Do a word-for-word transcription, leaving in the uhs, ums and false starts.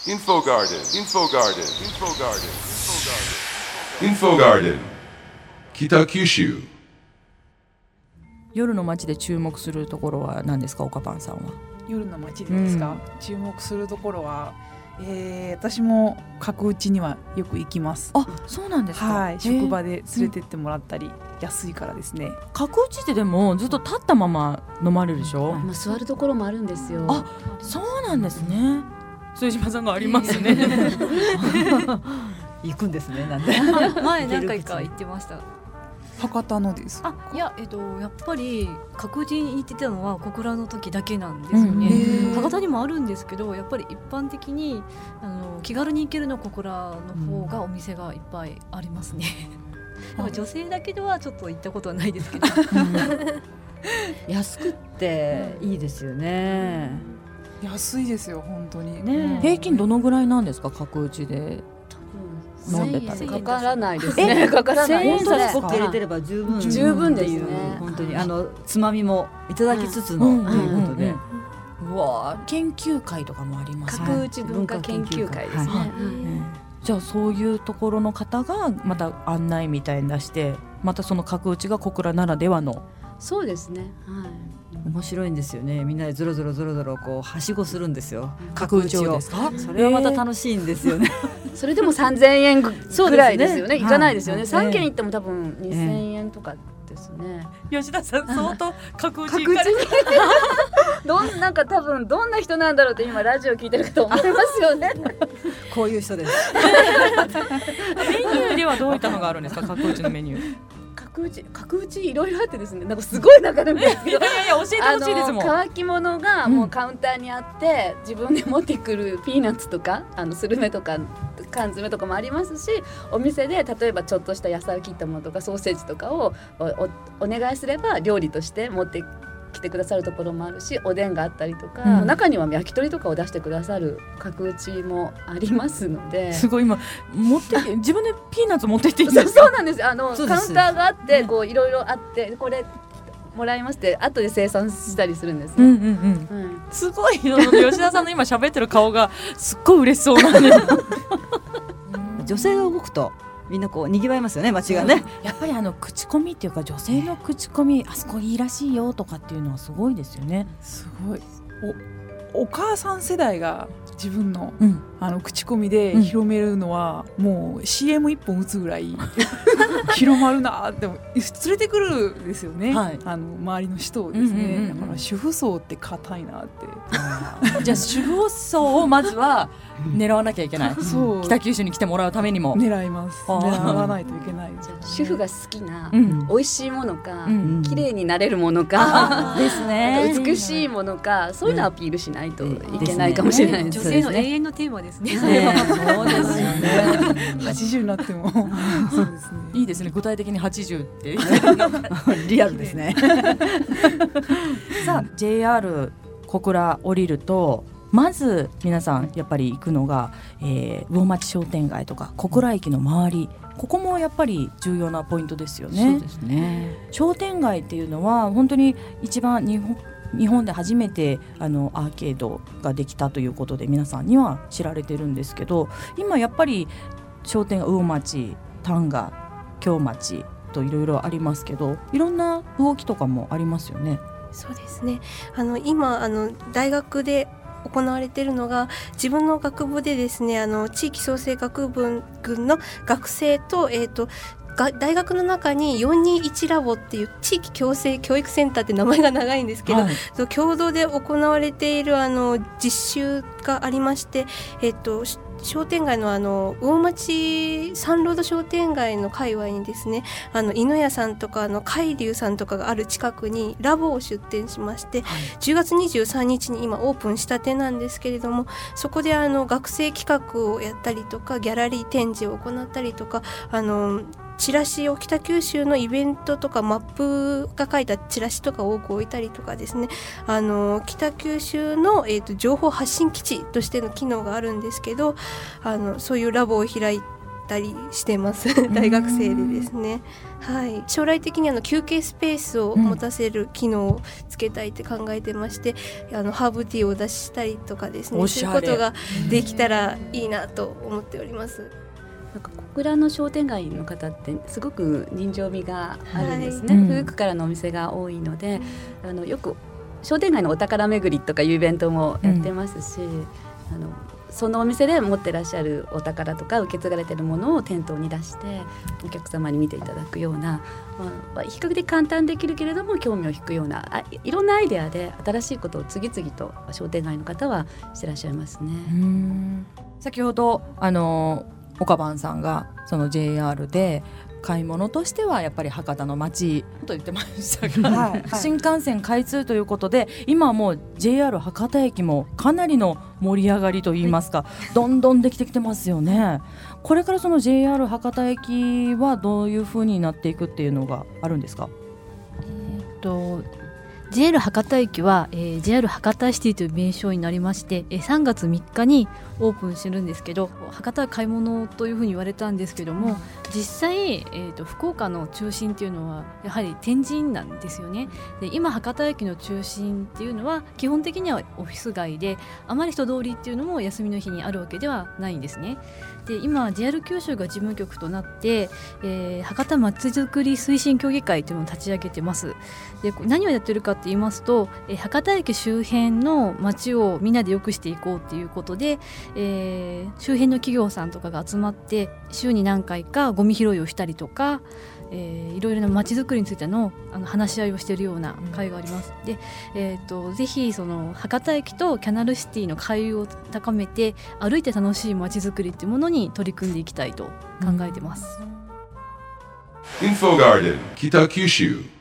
Info Garden, Info Garden, Info Garden, Info Garden, Kita Kyushu。 夜の街で注目するところは何ですか、岡パンさんは。 夜の街でですか、うん、注目するところは、えー、私も角打ちにはよく行きます。 あ、そうなんですか。 はい、職場で連れてってもらったり、うん、安いからですね。 角打ちってでもずっと立ったまま飲まれるでしょ、 まあ、座るところもあるんですよ。 あ、そうなんですね。副島さんがありますね。 行くんですね。なんで前何回か行ってました。 博多のですか。 あ、いや、えっと、やっぱり角打ちに行ってたのは小倉の時だけなんですよね、うん、博多にもあるんですけど、やっぱり一般的にあの気軽に行けるの小倉の方がお店がいっぱいありますね、うん、女性だけではちょっと行ったことはないですけど、 うん、安くっていいですよね、 うん、安いですよ本当に、 ね、平均どのぐらいなんですか、角打ちで飲んでたり。 かからないですね。かからない。 せんえん札ポッケ入れてれば十分十分ですね。 本当にあのつまみもいただきつつの、うん、ということで、 うわ、研究会とかもありますね。 角打ち文化研究会ですね、はい、うん、 じゃあそういうところの方がまた案内みたいに出して、またその角打ちが小倉ならではの。 そうですね、はい、 面白いんですよね。みんなでゾロゾロゾロゾロこうはしごするんですよ、 角打ちをですか。 それはまた楽しいんですよね、 えー、それでもさんぜんえんぐらいですよね。いかないですよね、はい、さんけん行っても多分にせんえんとかですね、 えー、吉田さん相当角打ち行かれてどんなんか多分どんな人なんだろうって今ラジオ聞いてるかと思いますよね。 こういう人です。 メニューではどういったのがあるんですか、角打ちのメニュー。 角打ち、角打ちいろいろあってですね、なんかすごい中なんですけど、 いやいや教えてほしいですもん。 乾き物がもうカウンターにあって、うん、自分で持ってくるピーナッツとかあのスルメとか缶詰とかもありますし、お店で例えばちょっとした野菜を切ったものとかソーセージとかを お, お, お願いすれば料理として持って来てくださるところもあるし、おでんがあったりとか、うん、中には焼き鳥とかを出してくださる角打ちもありますので。 すごい、今持って自分でピーナッツ持ってっていいんですか。 そうなんです。あのカウンターがあってこういろいろあって、これもらいまして後で生産したりするんですね、うんうんうんうん、すごい吉田さんの今喋ってる顔がすっごい嬉しそうなんで女性が動くとみんなこう賑わいますよね、街がね。 やっぱりあの口コミっていうか、女性の口コミ、あそこいいらしいよとかっていうのはすごいですよね。 すごい。 お, お母さん世代が自分 の,、うん、あの口コミで広めるのは、うん、もう シーエムいっ 本打つぐらい広まるなって。連れてくるんですよね、はい、あの周りの人をですね、うんうんうんうん、だから主婦層って硬いなって。 じゃあ主婦層をまずは狙わなきゃいけない。そう、北九州に来てもらうためにも狙います。狙わないといけない。 じゃあ主婦が好きな、うん、美味しいものか、うん、綺麗になれるものか、 うん、ですね、 美しいものか、そういうのをアピールしないといけないかもしれないですね。 女性の永遠のテーマですね。 そうですよね。 はちじゅうになってもそうですね。 いいですね。具体的にはちじゅうってリアルですね。 さあ ジェイアール 小倉降りるとまず皆さんやっぱり行くのが、えー、魚町商店街とか小倉駅の周り、ここもやっぱり重要なポイントですよね。 そうですね。 商店街っていうのは本当に一番日本日本で初めてあのアーケードができたということで皆さんには知られてるんですけど、今やっぱり商店街魚町、丹賀、京町といろいろありますけど、いろんな動きとかもありますよね。 そうですね。あの今あの大学で行われているのが、自分の学部でですね、あの地域創生学部群の学生と、えーと大学の中によんにいちラボっていう地域共生教育センターって名前が長いんですけど、はい、共同で行われているあの実習がありまして、えっと商店街のあの魚町サンロード商店街の界隈にですね、あの犬屋さんとかあの海流さんとかがある近くにラボを出店しまして、はい、じゅうがつにじゅうさんにちに今オープンしたてなんですけれども、そこであの学生企画をやったりとかギャラリー展示を行ったりとか、あのチラシを北九州のイベントとかマップが書いたチラシとかを多く置いたりとかですね、あの北九州の、えーと、情報発信基地としての機能があるんですけど、あのそういうラボを開いたりしてます大学生でですね、はい、将来的にあの休憩スペースを持たせる機能をつけたいって考えてまして、うん、あのハーブティーを出したりとかですね、そういうことができたらいいなと思っております。 なんか小倉の商店街の方ってすごく人情味があるんですね、 はい、 古くからのお店が多いので、うん、あのよく商店街のお宝巡りとかいうイベントもやってますし、うん、あのそのお店で持ってらっしゃるお宝とか受け継がれているものを店頭に出してお客様に見ていただくような、まあ、比較的簡単できるけれども興味を引くようなあいろんなアイデアで新しいことを次々と商店街の方はしてらっしゃいますね。 うーん、先ほどあの岡番さんがその ジェイアール で買い物としてはやっぱり博多の街と言ってましたが、はいはい、新幹線開通ということで今はもう ジェイアール 博多駅もかなりの盛り上がりといいますか、はい、どんどんできてきてますよね。これからその ジェイアール 博多駅はどういう風になっていくっていうのがあるんですか？ えー、っとジェイアール 博多駅は、えー、ジェイアール 博多シティという名称になりまして、えー、さんがつみっかにオープンしてるんですけど、博多は買い物というふうに言われたんですけども、実際、えー、と福岡の中心っていうのはやはり天神なんですよね。で今博多駅の中心っていうのは基本的にはオフィス街で、あまり人通りっていうのも休みの日にあるわけではないんですね。で今 ジェイアール 九州が事務局となって、えー、博多まちづくり推進協議会というのを立ち上げてます。で何をやってるかって言いますと、えー、博多駅周辺の街をみんなで良くしていこうっていうことで、えー、周辺の企業さんとかが集まって週に何回かゴミ拾いをしたりとか、えー、いろいろな街づくりについて の, あの話し合いをしているような会があります。で、えー、とぜひその博多駅とキャナルシティの回遊を高めて歩いて楽しい街づくりっていうものに取り組んでいきたいと考えてます。 インフォガーデン北九州